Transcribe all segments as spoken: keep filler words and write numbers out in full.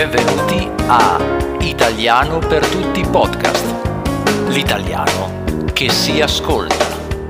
Benvenuti a Italiano per Tutti podcast, l'italiano che si ascolta.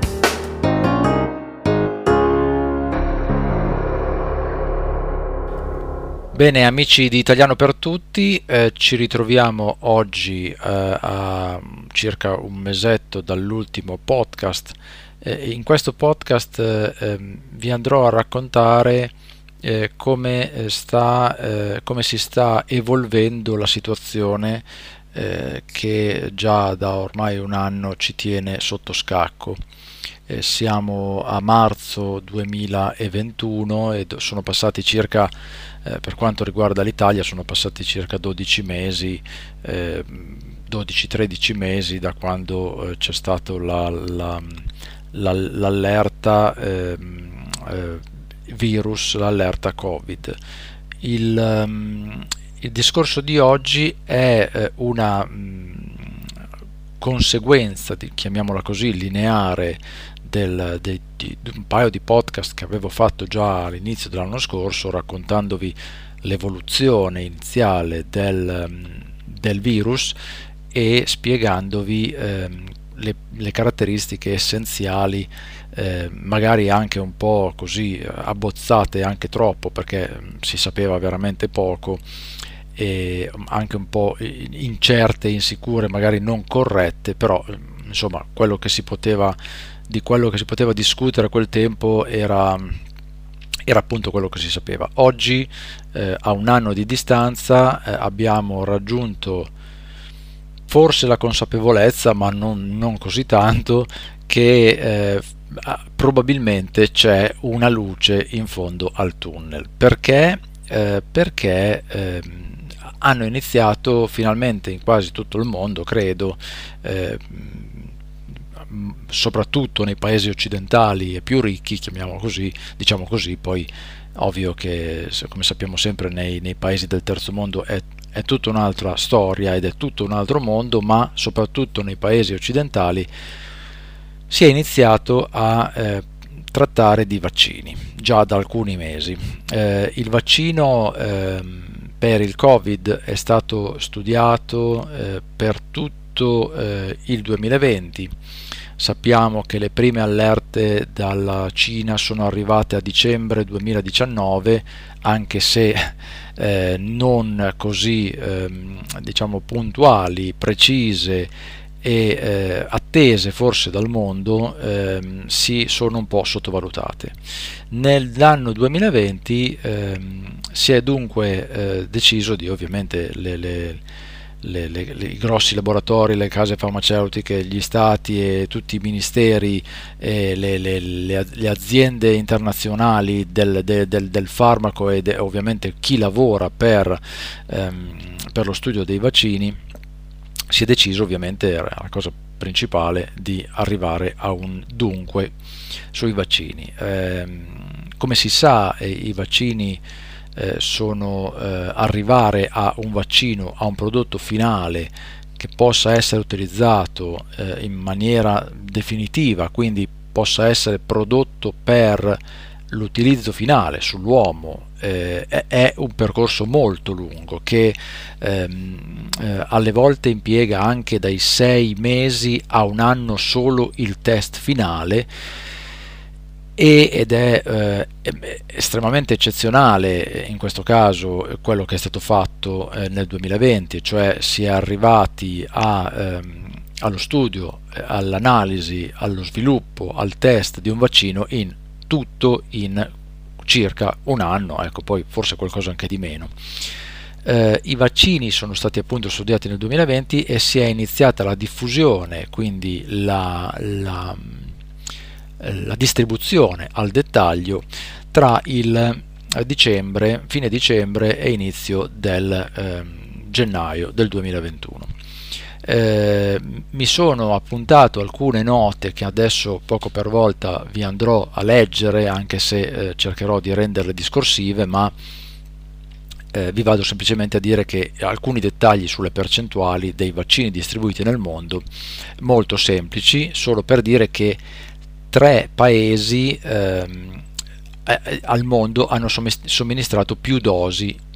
Bene amici di Italiano per Tutti, eh, ci ritroviamo oggi eh, a circa un mesetto dall'ultimo podcast. Eh, in questo podcast eh, vi andrò a raccontare eh, come, sta, eh, come si sta evolvendo la situazione eh, che già da ormai un anno ci tiene sotto scacco. Eh, siamo a marzo duemilaventuno e sono passati circa, eh, per quanto riguarda l'Italia, sono passati circa dodici mesi, eh, dodici tredici mesi da quando eh, c'è stato la, la, la, l'allerta eh, eh, virus, l'allerta Covid. Il, um, il discorso di oggi è eh, una mh, conseguenza, di, chiamiamola così, lineare Del, de, di, di un paio di podcast che avevo fatto già all'inizio dell'anno scorso, raccontandovi l'evoluzione iniziale del, del virus e spiegandovi eh, le, le caratteristiche essenziali, eh, magari anche un po' così abbozzate, anche troppo, perché si sapeva veramente poco, e anche un po' incerte, insicure, magari non corrette, però insomma quello che si poteva di quello che si poteva discutere a quel tempo era, era appunto quello che si sapeva. Oggi, eh, a un anno di distanza, eh, abbiamo raggiunto forse la consapevolezza, ma non, non così tanto, che eh, probabilmente c'è una luce in fondo al tunnel. Perché? Eh, perché eh, hanno iniziato finalmente in quasi tutto il mondo, credo, eh, soprattutto nei paesi occidentali e più ricchi, chiamiamolo così, diciamo così, poi ovvio che come sappiamo sempre nei, nei paesi del terzo mondo è, è tutta un'altra storia ed è tutto un altro mondo, ma soprattutto nei paesi occidentali si è iniziato a eh, trattare di vaccini già da alcuni mesi. Eh, il vaccino eh, per il Covid è stato studiato eh, per tutto eh, il duemilaventi. Sappiamo che le prime allerte dalla Cina sono arrivate a dicembre duemiladiciannove, anche se eh, non così eh, diciamo puntuali, precise e eh, attese forse dal mondo, eh, si sono un po' sottovalutate. Nell'anno duemilaventi eh, si è dunque eh, deciso di, ovviamente le, le Le, le, le, i grossi laboratori, le case farmaceutiche, gli stati e tutti i ministeri e le, le, le, le aziende internazionali del, del, del, del farmaco e de, ovviamente chi lavora per, ehm, per lo studio dei vaccini, si è deciso, ovviamente la cosa principale, di arrivare a un dunque sui vaccini. Ehm, come si sa, eh, i vaccini Eh, sono eh, arrivare a un vaccino, a un prodotto finale che possa essere utilizzato eh, in maniera definitiva, quindi possa essere prodotto per l'utilizzo finale sull'uomo, eh, è, è un percorso molto lungo che ehm, eh, alle volte impiega anche dai sei mesi a un anno solo il test finale, ed è eh, estremamente eccezionale in questo caso quello che è stato fatto eh, nel duemilaventi, cioè si è arrivati a, ehm, allo studio, all'analisi, allo sviluppo, al test di un vaccino in tutto in circa un anno, ecco, poi forse qualcosa anche di meno. Eh, I vaccini sono stati appunto studiati nel duemilaventi e si è iniziata la diffusione, quindi la, la la distribuzione al dettaglio tra il dicembre, fine dicembre e inizio del eh, gennaio del duemilaventuno. Eh, mi sono appuntato alcune note che adesso poco per volta vi andrò a leggere, anche se eh, cercherò di renderle discorsive, ma eh, vi vado semplicemente a dire che alcuni dettagli sulle percentuali dei vaccini distribuiti nel mondo, molto semplici, solo per dire che tre paesi ehm, al mondo hanno somministrato più dosi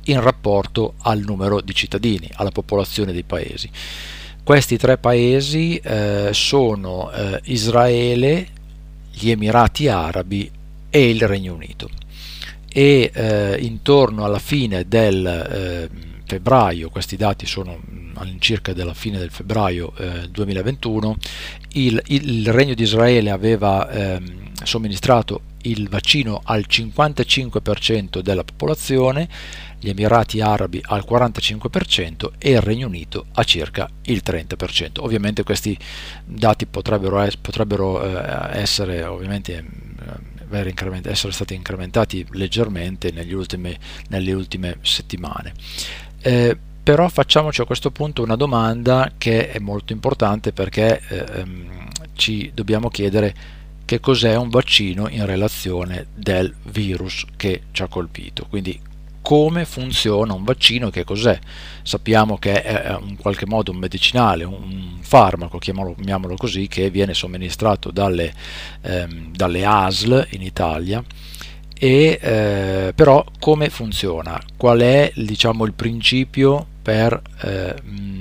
in rapporto al numero di cittadini, alla popolazione dei paesi. Questi tre paesi eh, sono eh, Israele, gli Emirati Arabi e il Regno Unito. E eh, intorno alla fine del eh, febbraio, questi dati sono all'incirca della fine del febbraio eh, duemilaventuno, il, il Regno di Israele aveva ehm, somministrato il vaccino al cinquantacinque per cento della popolazione, gli Emirati Arabi al quarantacinque per cento e il Regno Unito a circa il trenta per cento. Ovviamente questi dati potrebbero, es- potrebbero eh, essere ovviamente eh, essere stati incrementati leggermente negli ultimi, nelle ultime settimane. Eh, però facciamoci a questo punto una domanda che è molto importante, perché ehm, ci dobbiamo chiedere che cos'è un vaccino in relazione del virus che ci ha colpito. Quindi come funziona un vaccino, che cos'è? Sappiamo che è in qualche modo un medicinale, un farmaco, chiamiamolo così, che viene somministrato dalle, ehm, dalle A S L in Italia. E eh, però come funziona? Qual è, diciamo, il principio per eh,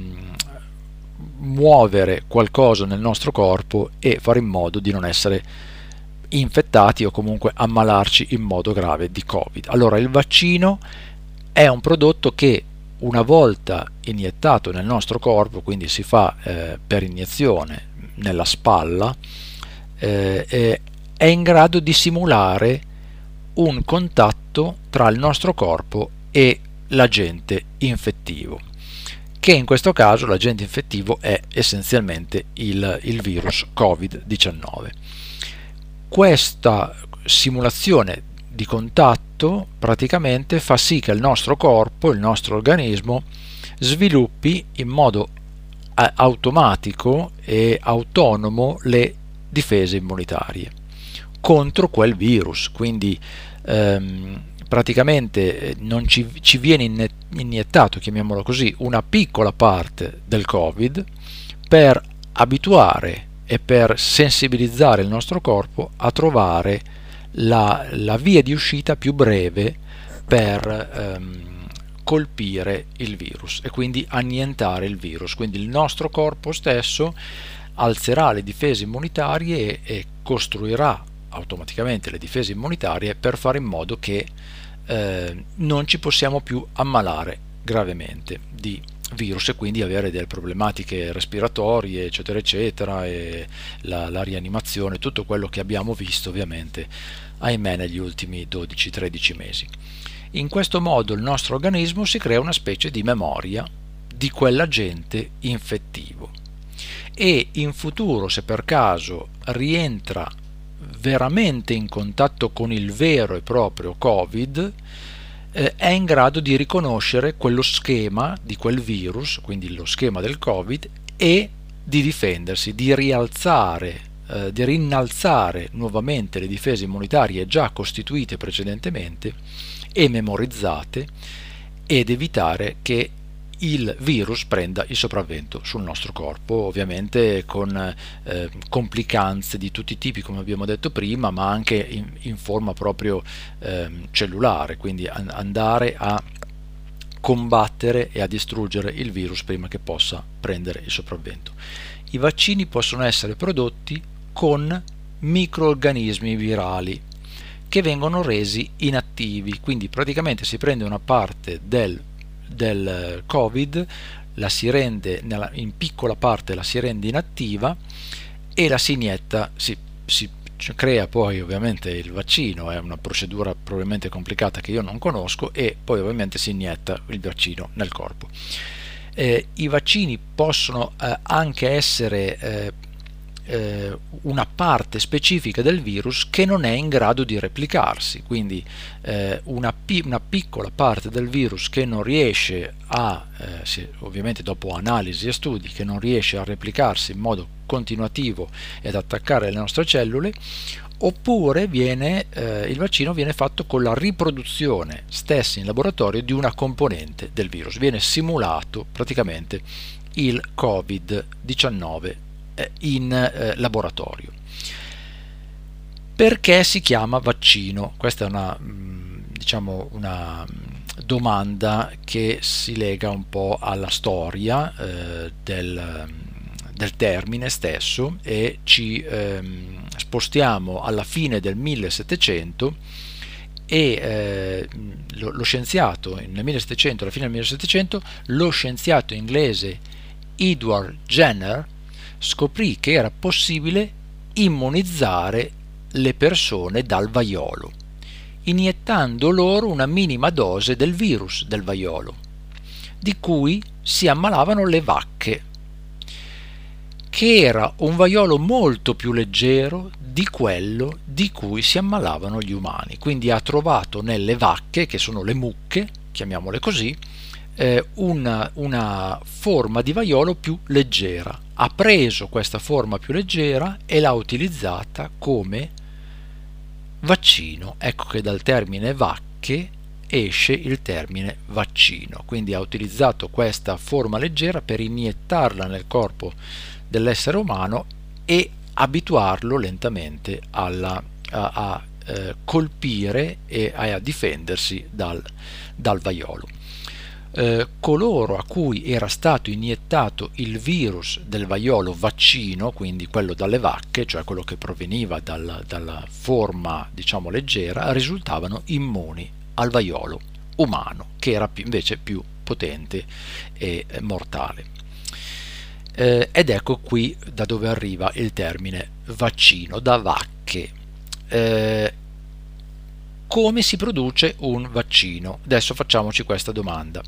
muovere qualcosa nel nostro corpo e fare in modo di non essere infettati o comunque ammalarci in modo grave di Covid? Allora, il vaccino è un prodotto che una volta iniettato nel nostro corpo, quindi si fa eh, per iniezione nella spalla, eh, è in grado di simulare un contatto tra il nostro corpo e l'agente infettivo, che in questo caso l'agente infettivo è essenzialmente il, il virus Covid diciannove. Questa simulazione di contatto praticamente fa sì che il nostro corpo, il nostro organismo, sviluppi in modo automatico e autonomo le difese immunitarie contro quel virus. Quindi ehm, praticamente non ci, ci viene iniettato, chiamiamolo così, una piccola parte del Covid per abituare e per sensibilizzare il nostro corpo a trovare la, la via di uscita più breve per ehm, colpire il virus e quindi annientare il virus. Quindi il nostro corpo stesso alzerà le difese immunitarie e, e costruirà automaticamente le difese immunitarie per fare in modo che eh, non ci possiamo più ammalare gravemente di virus e quindi avere delle problematiche respiratorie, eccetera eccetera, e la, la rianimazione, tutto quello che abbiamo visto ovviamente, ahimè, negli ultimi dodici tredici mesi. In questo modo il nostro organismo si crea una specie di memoria di quell'agente infettivo e in futuro, se per caso rientra veramente in contatto con il vero e proprio Covid, eh, è in grado di riconoscere quello schema di quel virus, quindi lo schema del Covid, e di difendersi, di rialzare, eh, di rinnalzare nuovamente le difese immunitarie già costituite precedentemente e memorizzate, ed evitare che il virus prenda il sopravvento sul nostro corpo, ovviamente con eh, complicanze di tutti i tipi, come abbiamo detto prima, ma anche in, in forma proprio eh, cellulare, quindi an- andare a combattere e a distruggere il virus prima che possa prendere il sopravvento. I vaccini possono essere prodotti con microorganismi virali che vengono resi inattivi, quindi praticamente si prende una parte del del Covid, la si rende nella, in piccola parte la si rende inattiva e la si inietta, si, si crea poi ovviamente il vaccino, è una procedura probabilmente complicata che io non conosco, e poi ovviamente si inietta il vaccino nel corpo. Eh, i vaccini possono eh, anche essere eh, eh, una parte specifica del virus che non è in grado di replicarsi, quindi eh, una, pi- una piccola parte del virus che non riesce a, eh, se, ovviamente dopo analisi e studi, che non riesce a replicarsi in modo continuativo ed attaccare le nostre cellule, oppure viene, eh, il vaccino viene fatto con la riproduzione stessa in laboratorio di una componente del virus, viene simulato praticamente il Covid diciannove in eh, laboratorio. Perché si chiama vaccino? Questa è una, diciamo, una domanda che si lega un po' alla storia eh, del, del termine stesso, e ci ehm, spostiamo alla fine del millesettecento, e eh, lo, lo scienziato nel millesettecento, alla fine del millesettecento, lo scienziato inglese Edward Jenner scoprì che era possibile immunizzare le persone dal vaiolo, iniettando loro una minima dose del virus del vaiolo, di cui si ammalavano le vacche, che era un vaiolo molto più leggero di quello di cui si ammalavano gli umani. Quindi ha trovato nelle vacche, che sono le mucche, chiamiamole così, eh, una, una forma di vaiolo più leggera. Ha preso questa forma più leggera e l'ha utilizzata come vaccino. Ecco che dal termine vacche esce il termine vaccino. Quindi ha utilizzato questa forma leggera per iniettarla nel corpo dell'essere umano e abituarlo lentamente alla, a, a eh, colpire e a, a difendersi dal, dal vaiolo. Eh, coloro a cui era stato iniettato il virus del vaiolo vaccino, quindi quello dalle vacche, cioè quello che proveniva dal, dalla forma diciamo leggera, risultavano immuni al vaiolo umano, che era più, invece più potente e eh, mortale. Eh, ed ecco qui da dove arriva il termine vaccino, da vacche. Eh, come si produce un vaccino? Adesso facciamoci questa domanda.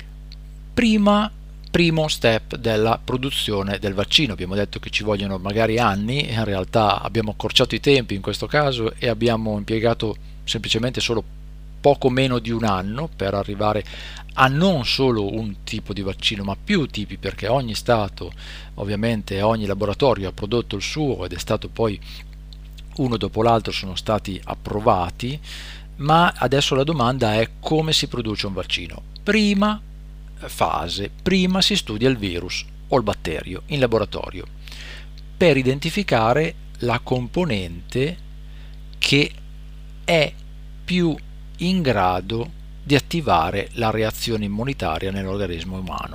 Prima, primo step della produzione del vaccino. Abbiamo detto che ci vogliono magari anni, in realtà abbiamo accorciato i tempi in questo caso e abbiamo impiegato semplicemente solo poco meno di un anno per arrivare a non solo un tipo di vaccino ma più tipi, perché ogni stato, ovviamente ogni laboratorio ha prodotto il suo ed è stato poi uno dopo l'altro sono stati approvati. Ma adesso la domanda è: come si produce un vaccino? Prima fase, prima si studia il virus o il batterio in laboratorio per identificare la componente che è più in grado di attivare la reazione immunitaria nell'organismo umano.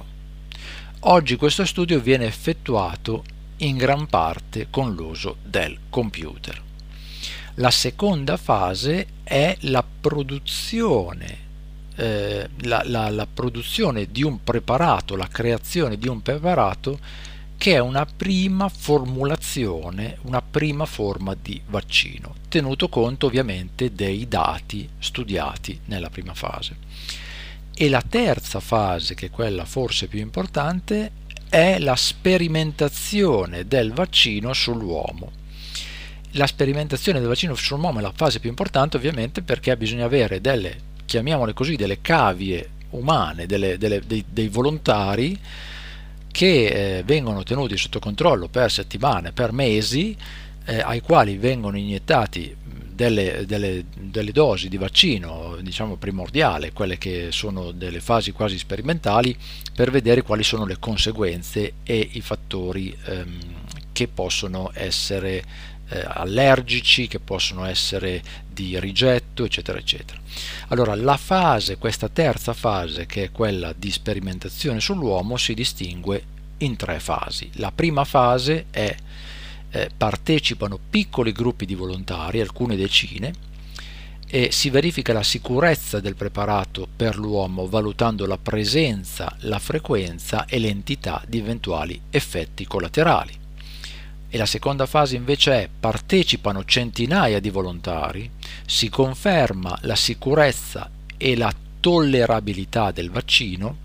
Oggi questo studio viene effettuato in gran parte con l'uso del computer. La seconda fase è la produzione, eh, la, la, la produzione di un preparato, la creazione di un preparato che è una prima formulazione, una prima forma di vaccino, tenuto conto ovviamente dei dati studiati nella prima fase. E la terza fase, che è quella forse più importante, è la sperimentazione del vaccino sull'uomo. La sperimentazione del vaccino sull'uomo è la fase più importante, ovviamente, perché bisogna avere delle, chiamiamole così, delle cavie umane, delle, delle, dei, dei volontari che eh, vengono tenuti sotto controllo per settimane, per mesi, eh, ai quali vengono iniettati delle, delle, delle dosi di vaccino, diciamo primordiale, quelle che sono delle fasi quasi sperimentali, per vedere quali sono le conseguenze e i fattori ehm, che possono essere eh, allergici, che possono essere di rigetto, eccetera eccetera. Allora la fase, questa terza fase, che è quella di sperimentazione sull'uomo, si distingue in tre fasi. La prima fase è eh, partecipano piccoli gruppi di volontari, alcune decine, e si verifica la sicurezza del preparato per l'uomo valutando la presenza, la frequenza e l'entità di eventuali effetti collaterali. E la seconda fase invece è: partecipano centinaia di volontari, si conferma la sicurezza e la tollerabilità del vaccino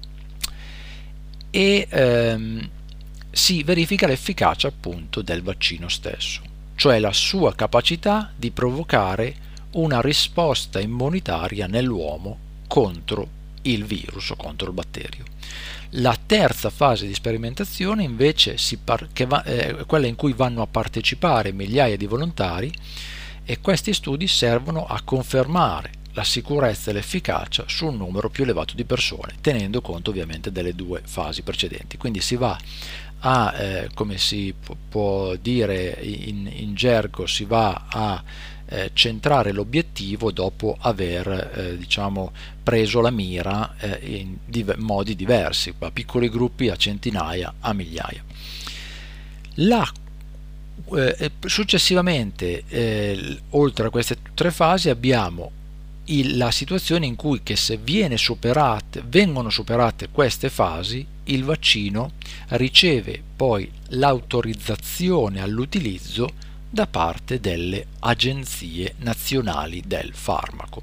e ehm, si verifica l'efficacia appunto del vaccino stesso, cioè la sua capacità di provocare una risposta immunitaria nell'uomo contro il virus o contro il batterio. La terza fase di sperimentazione invece si par- che va- è quella in cui vanno a partecipare migliaia di volontari, e questi studi servono a confermare la sicurezza e l'efficacia su un numero più elevato di persone, tenendo conto ovviamente delle due fasi precedenti. Quindi si va a, eh, come si pu- può dire in, in gergo, si va a eh, centrare l'obiettivo dopo aver eh, diciamo preso la mira eh, in div- modi diversi, a piccoli gruppi, a centinaia, a migliaia. La Eh, successivamente, eh, oltre a queste tre fasi, abbiamo il, la situazione in cui che se viene superate, vengono superate queste fasi, il vaccino riceve poi l'autorizzazione all'utilizzo da parte delle agenzie nazionali del farmaco,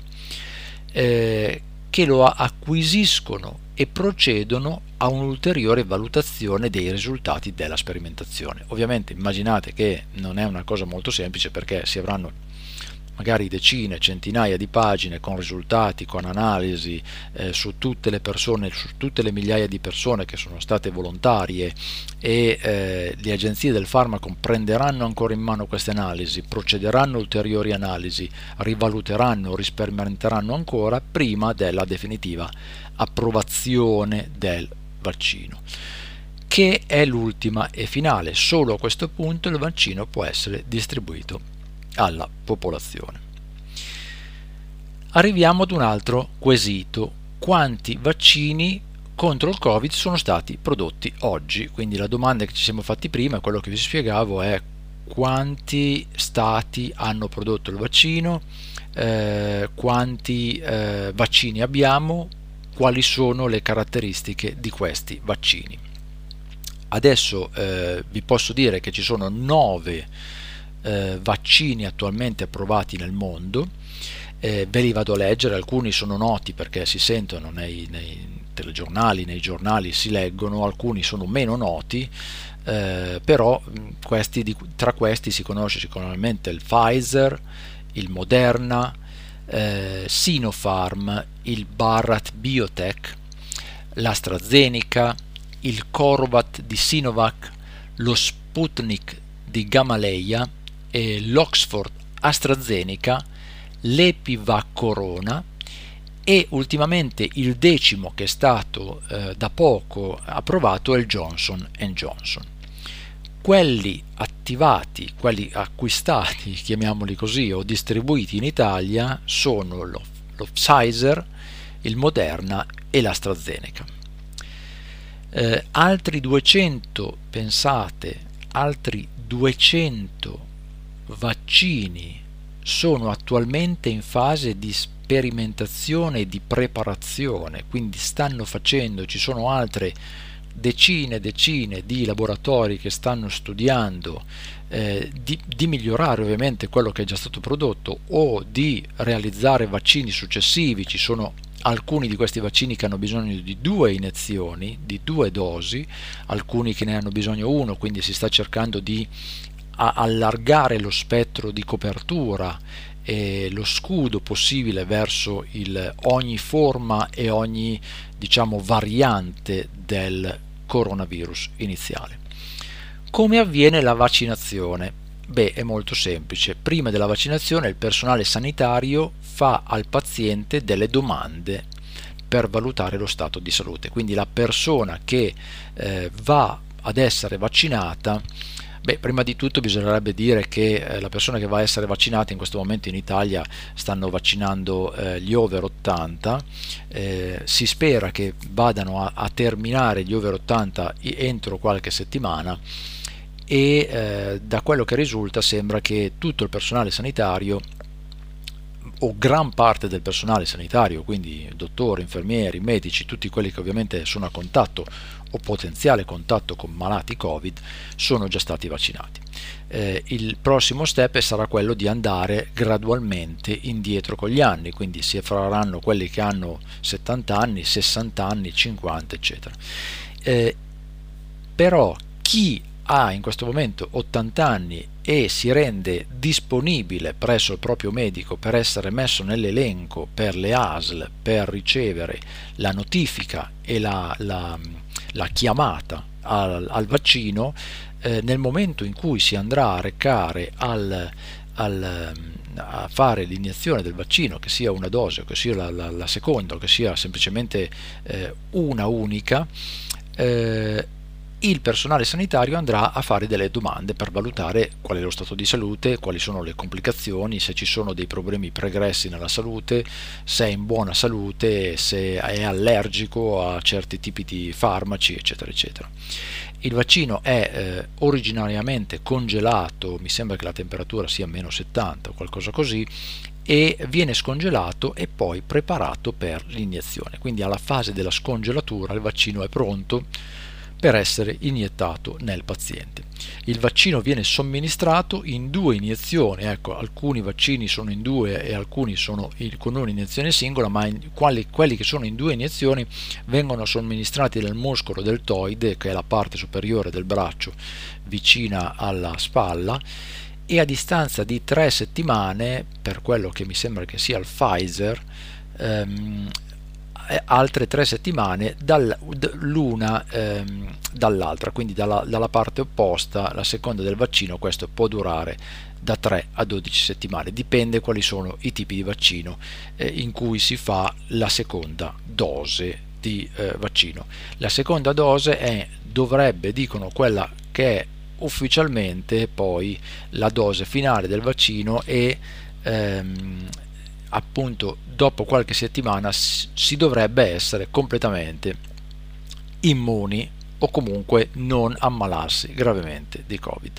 eh, che lo acquisiscono e procedono a un'ulteriore valutazione dei risultati della sperimentazione. Ovviamente immaginate che non è una cosa molto semplice, perché si avranno magari decine, centinaia di pagine con risultati, con analisi eh, su tutte le persone, su tutte le migliaia di persone che sono state volontarie, e eh, le agenzie del farmaco prenderanno ancora in mano queste analisi, procederanno a ulteriori analisi, rivaluteranno, risperimenteranno ancora prima della definitiva approvazione del vaccino, che è l'ultima e finale. Solo a questo punto il vaccino può essere distribuito alla popolazione. Arriviamo ad un altro quesito: quanti vaccini contro il Covid sono stati prodotti oggi? Quindi la domanda che ci siamo fatti prima, quello che vi spiegavo, è quanti stati hanno prodotto il vaccino, eh, quanti eh, vaccini abbiamo, quali sono le caratteristiche di questi vaccini. Adesso eh, vi posso dire che ci sono nove Eh, vaccini attualmente approvati nel mondo. Eh, ve li vado a leggere, alcuni sono noti perché si sentono nei, nei telegiornali, nei giornali si leggono, alcuni sono meno noti, eh, però questi, di, tra questi si conosce sicuramente il Pfizer, il Moderna, eh, Sinopharm, il Bharat Biotech, l'AstraZeneca, il Corvat di Sinovac, lo Sputnik di Gamaleya, e l'Oxford AstraZeneca, l'Epivac Corona, e ultimamente il decimo, che è stato eh, da poco approvato, è il Johnson and Johnson. Quelli attivati, quelli acquistati, chiamiamoli così, o distribuiti in Italia sono lo, lo Pfizer, il Moderna e l'AstraZeneca. Eh, altri duecento, pensate, altri duecento vaccini sono attualmente in fase di sperimentazione e di preparazione, quindi stanno facendo, ci sono altre decine e decine di laboratori che stanno studiando eh, di, di migliorare ovviamente quello che è già stato prodotto o di realizzare vaccini successivi. Ci sono alcuni di questi vaccini che hanno bisogno di due iniezioni, di due dosi, alcuni che ne hanno bisogno uno, quindi si sta cercando di a allargare lo spettro di copertura e lo scudo possibile verso il, ogni forma e ogni, diciamo, variante del coronavirus iniziale. Come avviene la vaccinazione? Beh, è molto semplice. Prima della vaccinazione il personale sanitario fa al paziente delle domande per valutare lo stato di salute, quindi la persona che eh, va ad essere vaccinata. Beh, prima di tutto bisognerebbe dire che eh, la persona che va a essere vaccinata, in questo momento in Italia stanno vaccinando eh, gli over ottanta, eh, si spera che vadano a, a terminare gli over ottanta entro qualche settimana, e eh, da quello che risulta sembra che tutto il personale sanitario, o gran parte del personale sanitario, quindi dottori, infermieri, medici, tutti quelli che ovviamente sono a contatto o potenziale contatto con malati Covid, sono già stati vaccinati. Eh, il prossimo step sarà quello di andare gradualmente indietro con gli anni, quindi si faranno quelli che hanno settanta anni, sessanta anni, cinquanta, eccetera. Eh, però chi ha in questo momento ottanta anni e si rende disponibile presso il proprio medico per essere messo nell'elenco per le A S L, per ricevere la notifica e la, la, la chiamata al, al vaccino, eh, nel momento in cui si andrà a recare al, al, a fare l'iniezione del vaccino, che sia una dose o che sia la, la, la seconda o che sia semplicemente eh, una unica, eh, il personale sanitario andrà a fare delle domande per valutare qual è lo stato di salute, quali sono le complicazioni, se ci sono dei problemi pregressi nella salute, se è in buona salute, se è allergico a certi tipi di farmaci, eccetera eccetera. Il vaccino è eh, originariamente congelato, mi sembra che la temperatura sia meno settanta o qualcosa così, e viene scongelato e poi preparato per l'iniezione. Quindi alla fase della scongelatura il vaccino è pronto per essere iniettato nel paziente. Il vaccino viene somministrato in due iniezioni, ecco, alcuni vaccini sono in due e alcuni sono in, con un'iniezione singola, ma in, quali, quelli che sono in due iniezioni vengono somministrati nel muscolo deltoide, che è la parte superiore del braccio vicina alla spalla, e a distanza di tre settimane, per quello che mi sembra che sia il Pfizer, ehm, altre tre settimane dal, l'una ehm, dall'altra, quindi dalla, dalla parte opposta, la seconda del vaccino. Questo può durare da tre a dodici settimane, dipende quali sono i tipi di vaccino eh, in cui si fa la seconda dose di eh, vaccino. La seconda dose è, dovrebbe, dicono, quella che è ufficialmente poi la dose finale del vaccino, e ehm, appunto dopo qualche settimana si dovrebbe essere completamente immuni o comunque non ammalarsi gravemente di Covid.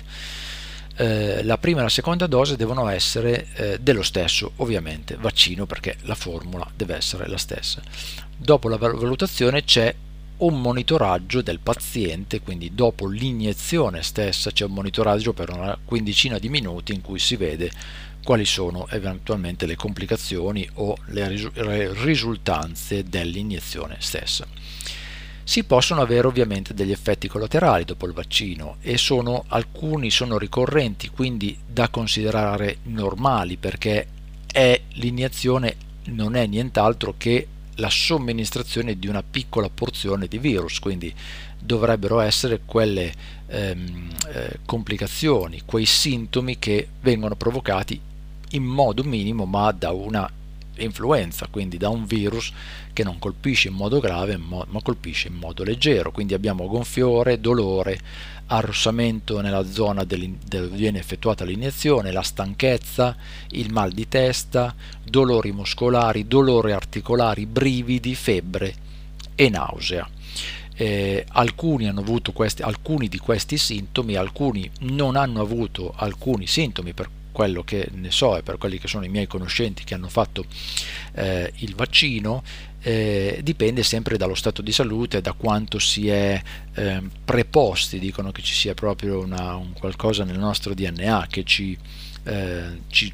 Eh, la prima e la seconda dose devono essere eh, dello stesso, ovviamente, vaccino, perché la formula deve essere la stessa. Dopo la valutazione c'è un monitoraggio del paziente, quindi dopo l'iniezione stessa c'è un monitoraggio per una quindicina di minuti in cui si vede quali sono eventualmente le complicazioni o le risultanze dell'iniezione stessa. Si possono avere ovviamente degli effetti collaterali dopo il vaccino, e sono, alcuni sono ricorrenti, quindi da considerare normali, perché è l'iniezione non è nient'altro che la somministrazione di una piccola porzione di virus, quindi dovrebbero essere quelle ehm, eh, complicazioni, quei sintomi che vengono provocati in modo minimo ma da una influenza, quindi da un virus che non colpisce in modo grave ma colpisce in modo leggero. Quindi abbiamo gonfiore, dolore, arrossamento nella zona dove viene effettuata l'iniezione, la stanchezza, il mal di testa, dolori muscolari, dolori articolari, brividi, febbre e nausea. Eh, alcuni hanno avuto questi, alcuni di questi sintomi, alcuni non hanno avuto alcuni sintomi, per quello che ne so e per quelli che sono i miei conoscenti che hanno fatto eh, il vaccino. Eh, dipende sempre dallo stato di salute, da quanto si è eh, preposti. Dicono che ci sia proprio una, un qualcosa nel nostro D N A che ci, eh, ci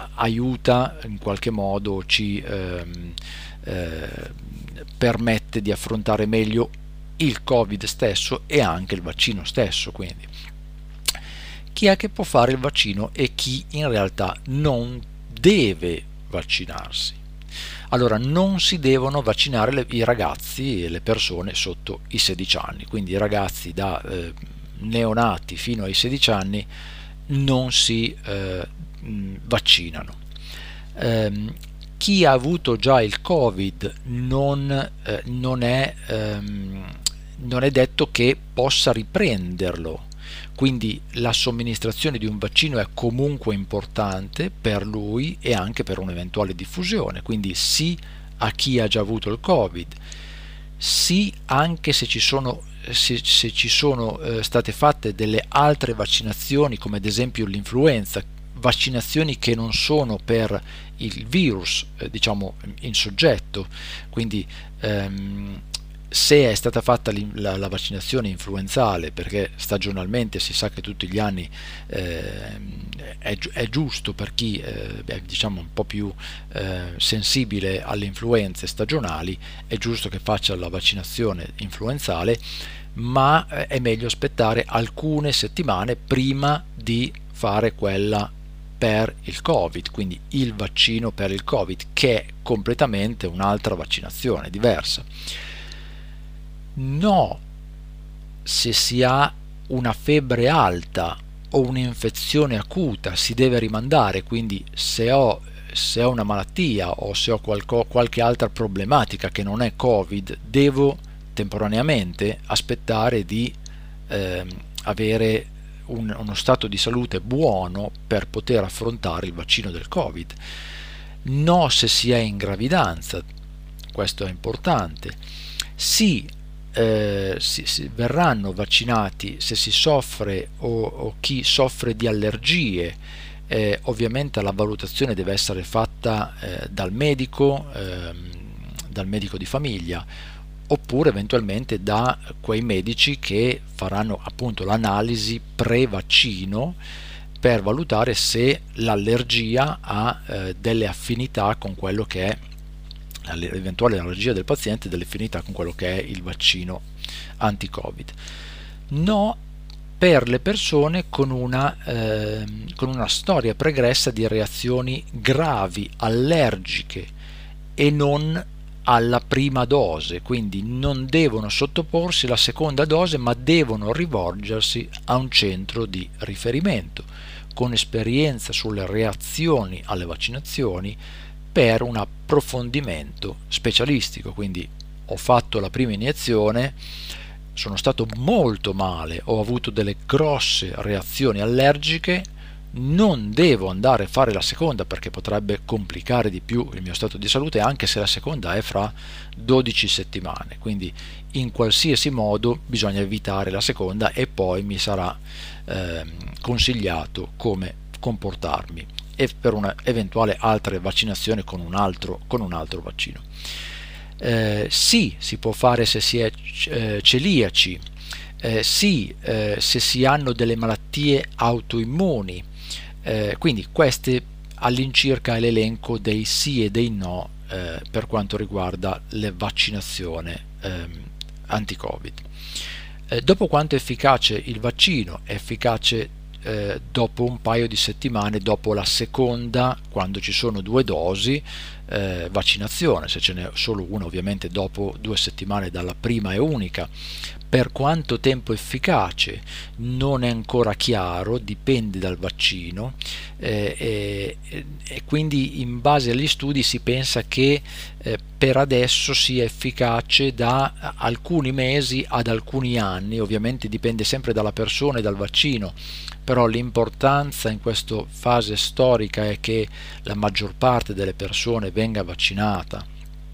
aiuta in qualche modo, ci eh, eh, permette di affrontare meglio il Covid stesso e anche il vaccino stesso. Quindi chi è che può fare il vaccino e chi in realtà non deve vaccinarsi? Allora, non si devono vaccinare le, i ragazzi e le persone sotto i sedici anni, quindi i ragazzi da eh, neonati fino ai sedici anni non si eh, vaccinano. Eh, chi ha avuto già il Covid non, eh, non, è, ehm, non è detto che possa riprenderlo. Quindi la somministrazione di un vaccino è comunque importante per lui e anche per un'eventuale diffusione, quindi sì a chi ha già avuto il Covid, sì anche se ci sono, se, se ci sono eh, state fatte delle altre vaccinazioni, come ad esempio l'influenza, vaccinazioni che non sono per il virus, eh, diciamo in soggetto, quindi ehm, se è stata fatta la, la vaccinazione influenzale, perché stagionalmente si sa che tutti gli anni eh, è, è giusto per chi eh, è diciamo un po' più eh, sensibile alle influenze stagionali, è giusto che faccia la vaccinazione influenzale, ma è meglio aspettare alcune settimane prima di fare quella per il Covid, quindi il vaccino per il Covid, che è completamente un'altra vaccinazione diversa. No, se si ha una febbre alta o un'infezione acuta si deve rimandare, quindi se ho, se ho una malattia o se ho qualco, qualche altra problematica che non è Covid, devo temporaneamente aspettare di ehm, avere un, uno stato di salute buono per poter affrontare il vaccino del Covid. No se si è in gravidanza, questo è importante. Sì, eh, si, si verranno vaccinati se si soffre o, o chi soffre di allergie. Eh, ovviamente la valutazione deve essere fatta eh, dal medico, ehm, dal medico di famiglia, oppure eventualmente da quei medici che faranno appunto l'analisi pre-vaccino per valutare se l'allergia ha eh, delle affinità con quello che è l'eventuale allergia del paziente, delle affinità con quello che è il vaccino anti-Covid. No per le persone con una, eh, con una storia pregressa di reazioni gravi, allergiche e non alla prima dose, quindi non devono sottoporsi alla seconda dose, ma devono rivolgersi a un centro di riferimento con esperienza sulle reazioni alle vaccinazioni per un approfondimento specialistico. Quindi ho fatto la prima iniezione, sono stato molto male, ho avuto delle grosse reazioni allergiche, non devo andare a fare la seconda perché potrebbe complicare di più il mio stato di salute, anche se la seconda è fra dodici settimane. Quindi in qualsiasi modo bisogna evitare la seconda e poi mi sarà eh, consigliato come comportarmi e per una eventuale altra vaccinazione con un altro, con un altro vaccino. Eh, sì, si può fare se si è eh, celiaci, eh, sì, eh, se si hanno delle malattie autoimmuni. Eh, quindi queste all'incirca è l'elenco dei sì e dei no eh, per quanto riguarda la vaccinazione ehm, anti-Covid. Eh, dopo quanto è efficace il vaccino? È efficace eh, dopo un paio di settimane dopo la seconda, quando ci sono due dosi eh, vaccinazione. Se ce n'è solo una, ovviamente dopo due settimane dalla prima è unica. Per quanto tempo efficace non è ancora chiaro, dipende dal vaccino eh, e, e quindi in base agli studi si pensa che eh, per adesso sia efficace da alcuni mesi ad alcuni anni. Ovviamente dipende sempre dalla persona e dal vaccino, però l'importanza in questa fase storica è che la maggior parte delle persone venga vaccinata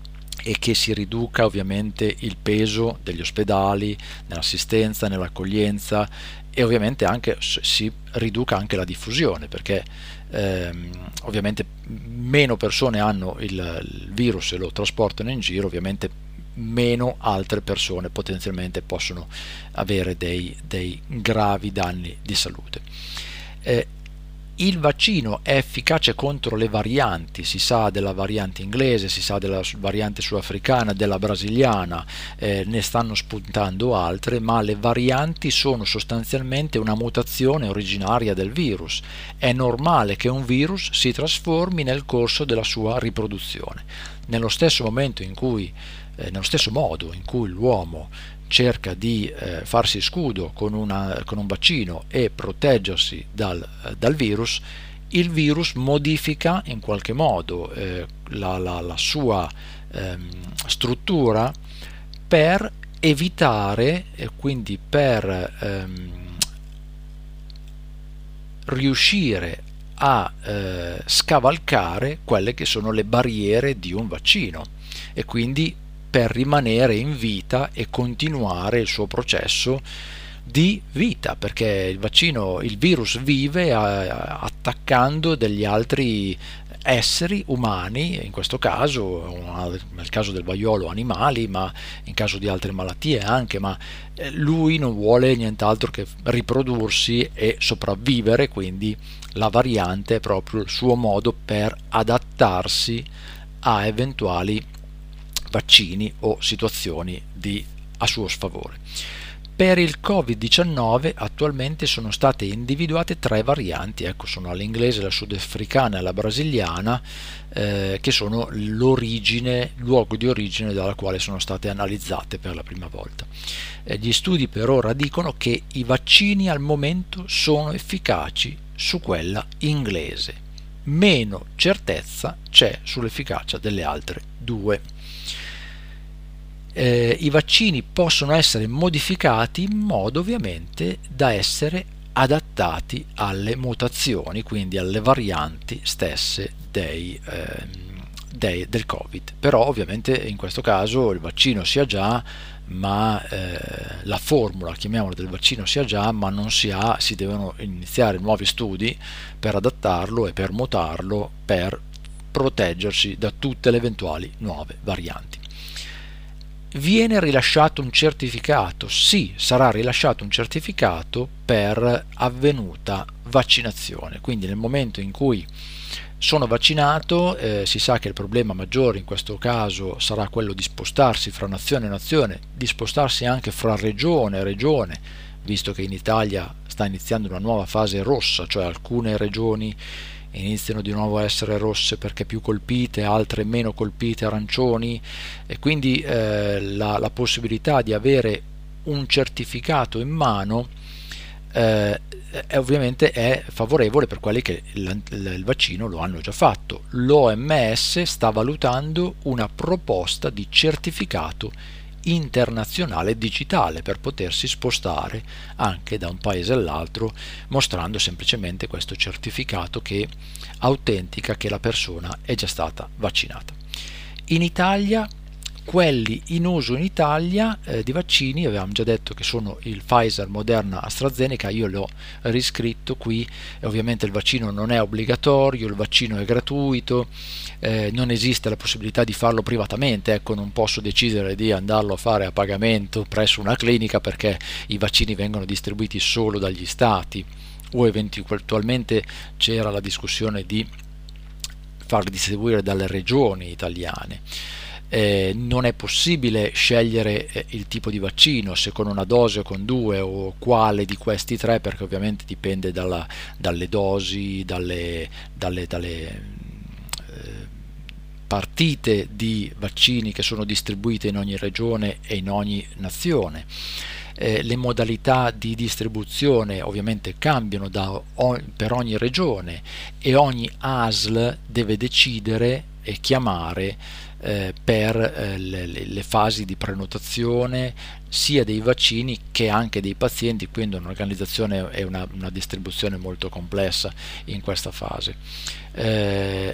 e che si riduca ovviamente il peso degli ospedali, nell'assistenza, nell'accoglienza e ovviamente anche si riduca anche la diffusione, perché ehm, ovviamente meno persone hanno il, il virus e lo trasportano in giro, ovviamente meno altre persone potenzialmente possono avere dei, dei gravi danni di salute. Eh, Il vaccino è efficace contro le varianti, si sa della variante inglese, si sa della variante sudafricana, della brasiliana, eh, ne stanno spuntando altre, ma le varianti sono sostanzialmente una mutazione originaria del virus. È normale che un virus si trasformi nel corso della sua riproduzione. Nello stesso momento in cui, eh, nello stesso modo in cui l'uomo cerca di eh, farsi scudo con, una, con un vaccino e proteggersi dal, eh, dal virus, il virus modifica in qualche modo eh, la, la, la sua ehm, struttura per evitare e quindi per ehm, riuscire a eh, scavalcare quelle che sono le barriere di un vaccino e quindi per rimanere in vita e continuare il suo processo di vita, perché il vaccino, il virus vive a, attaccando degli altri esseri umani, in questo caso, nel caso del vaiolo animali, ma in caso di altre malattie anche, ma lui non vuole nient'altro che riprodursi e sopravvivere, quindi la variante è proprio il suo modo per adattarsi a eventuali vaccini o situazioni di, a suo sfavore. Per il covid diciannove attualmente sono state individuate tre varianti, ecco, sono l'inglese, la sudafricana e la brasiliana, eh, che sono l'origine, luogo di origine dalla quale sono state analizzate per la prima volta. Eh, gli studi per ora dicono che i vaccini al momento sono efficaci su quella inglese, meno certezza c'è sull'efficacia delle altre due. eh, i vaccini possono essere modificati in modo ovviamente da essere adattati alle mutazioni, quindi alle varianti stesse dei, eh, dei, del Covid. Però ovviamente in questo caso il vaccino si ha già, ma eh, la formula, chiamiamola, del vaccino si ha già, ma non si ha, si devono iniziare nuovi studi per adattarlo e per mutarlo, per proteggersi da tutte le eventuali nuove varianti. Viene rilasciato un certificato? Sì, sarà rilasciato un certificato per avvenuta vaccinazione, quindi nel momento in cui sono vaccinato, eh, si sa che il problema maggiore in questo caso sarà quello di spostarsi fra nazione e nazione, di spostarsi anche fra regione e regione, visto che in Italia sta iniziando una nuova fase rossa, cioè alcune regioni iniziano di nuovo a essere rosse perché più colpite, altre meno colpite, arancioni, e quindi eh, la, la possibilità di avere un certificato in mano eh, è, ovviamente è favorevole per quelli che il, il vaccino lo hanno già fatto. L'O M S sta valutando una proposta di certificato internazionale digitale per potersi spostare anche da un paese all'altro, mostrando semplicemente questo certificato che autentica che la persona è già stata vaccinata. In Italia, quelli in uso in Italia eh, di vaccini, avevamo già detto che sono il Pfizer, Moderna, AstraZeneca, io l'ho riscritto qui, e ovviamente il vaccino non è obbligatorio, il vaccino è gratuito, eh, non esiste la possibilità di farlo privatamente, ecco, non posso decidere di andarlo a fare a pagamento presso una clinica perché i vaccini vengono distribuiti solo dagli stati, o eventualmente c'era la discussione di farli distribuire dalle regioni italiane. Eh, non è possibile scegliere eh, il tipo di vaccino, se con una dose o con due o quale di questi tre, perché ovviamente dipende dalla, dalle dosi, dalle, dalle, dalle eh, partite di vaccini che sono distribuite in ogni regione e in ogni nazione. Eh, le modalità di distribuzione ovviamente cambiano da, o, per ogni regione, e ogni A S L deve decidere e chiamare Eh, per eh, le, le fasi di prenotazione sia dei vaccini che anche dei pazienti, quindi un'organizzazione e una, una distribuzione molto complessa in questa fase. Eh,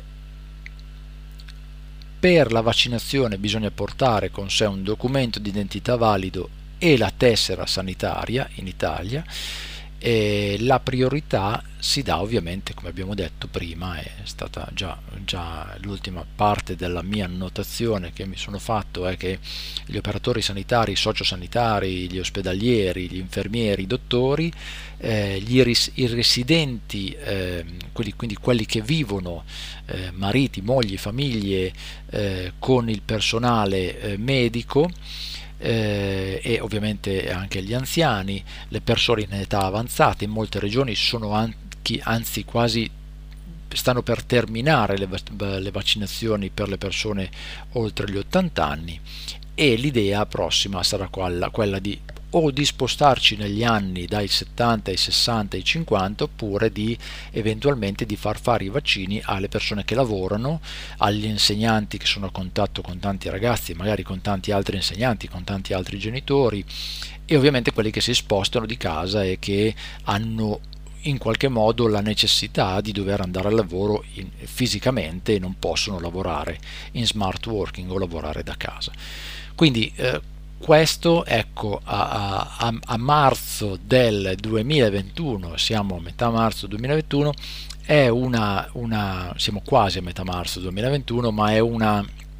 per la vaccinazione bisogna portare con sé un documento di identità valido e la tessera sanitaria in Italia. E la priorità si dà ovviamente, come abbiamo detto prima, è stata già, già l'ultima parte della mia annotazione che mi sono fatto, è che gli operatori sanitari, i sociosanitari, gli ospedalieri, gli infermieri, i dottori, eh, gli ris- i residenti, eh, quelli, quindi quelli che vivono, eh, mariti, mogli, famiglie, eh, con il personale eh, medico, Eh, e ovviamente anche gli anziani, le persone in età avanzata. In molte regioni sono anche, anzi quasi stanno per terminare le, le vaccinazioni per le persone oltre gli ottanta anni, e l'idea prossima sarà quella, quella di o di spostarci negli anni dai settanta ai sessanta ai cinquanta, oppure di eventualmente di far fare i vaccini alle persone che lavorano, agli insegnanti che sono a contatto con tanti ragazzi, magari con tanti altri insegnanti, con tanti altri genitori, e ovviamente quelli che si spostano di casa e che hanno in qualche modo la necessità di dover andare al lavoro in, fisicamente, e non possono lavorare in smart working o lavorare da casa. Quindi eh, questo, ecco, a, a, a marzo del duemilaventuno, siamo a metà marzo duemilaventuno, è una, una siamo quasi a metà marzo duemilaventuno, ma è una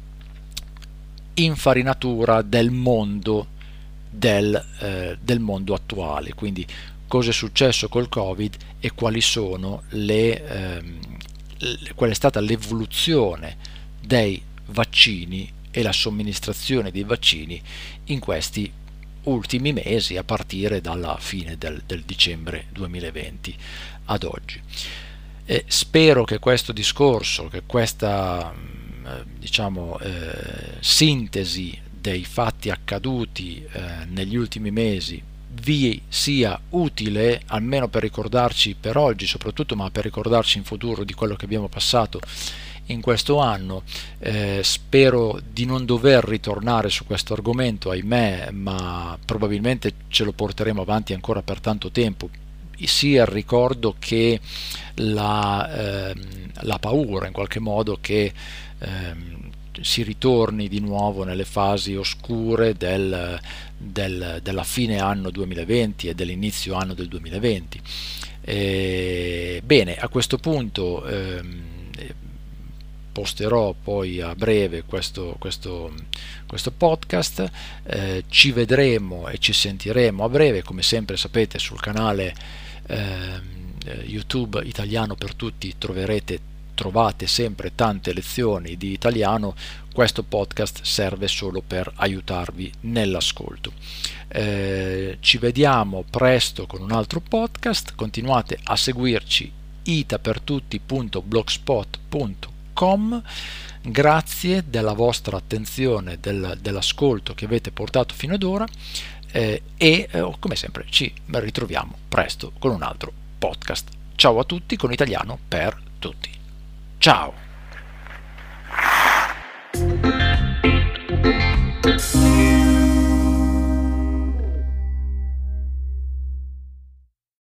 infarinatura del mondo del, eh, del mondo attuale. Quindi cosa è successo col Covid e quali sono le, ehm, le qual è stata l'evoluzione dei vaccini e la somministrazione dei vaccini in questi ultimi mesi, a partire dalla fine del, del dicembre duemilaventi ad oggi. E spero che questo discorso, che questa diciamo eh, sintesi dei fatti accaduti eh, negli ultimi mesi vi sia utile, almeno per ricordarci per oggi soprattutto, ma per ricordarci in futuro di quello che abbiamo passato in questo anno. Eh, spero di non dover ritornare su questo argomento, ahimè, ma probabilmente ce lo porteremo avanti ancora per tanto tempo, sia il ricordo che la, ehm, la paura in qualche modo che ehm, si ritorni di nuovo nelle fasi oscure del, del, della fine anno duemilaventi e dell'inizio anno del duemilaventi. E, bene, a questo punto ehm, posterò poi a breve questo, questo, questo podcast, eh, ci vedremo e ci sentiremo a breve, come sempre sapete sul canale eh, YouTube Italiano per Tutti troverete trovate sempre tante lezioni di italiano. Questo podcast serve solo per aiutarvi nell'ascolto. Eh, ci vediamo presto con un altro podcast, continuate a seguirci itapertutti punto blogspot punto com. Grazie della vostra attenzione, del, dell'ascolto che avete portato fino ad ora eh, e eh, come sempre ci ritroviamo presto con un altro podcast. Ciao a tutti con Italiano per Tutti. Ciao!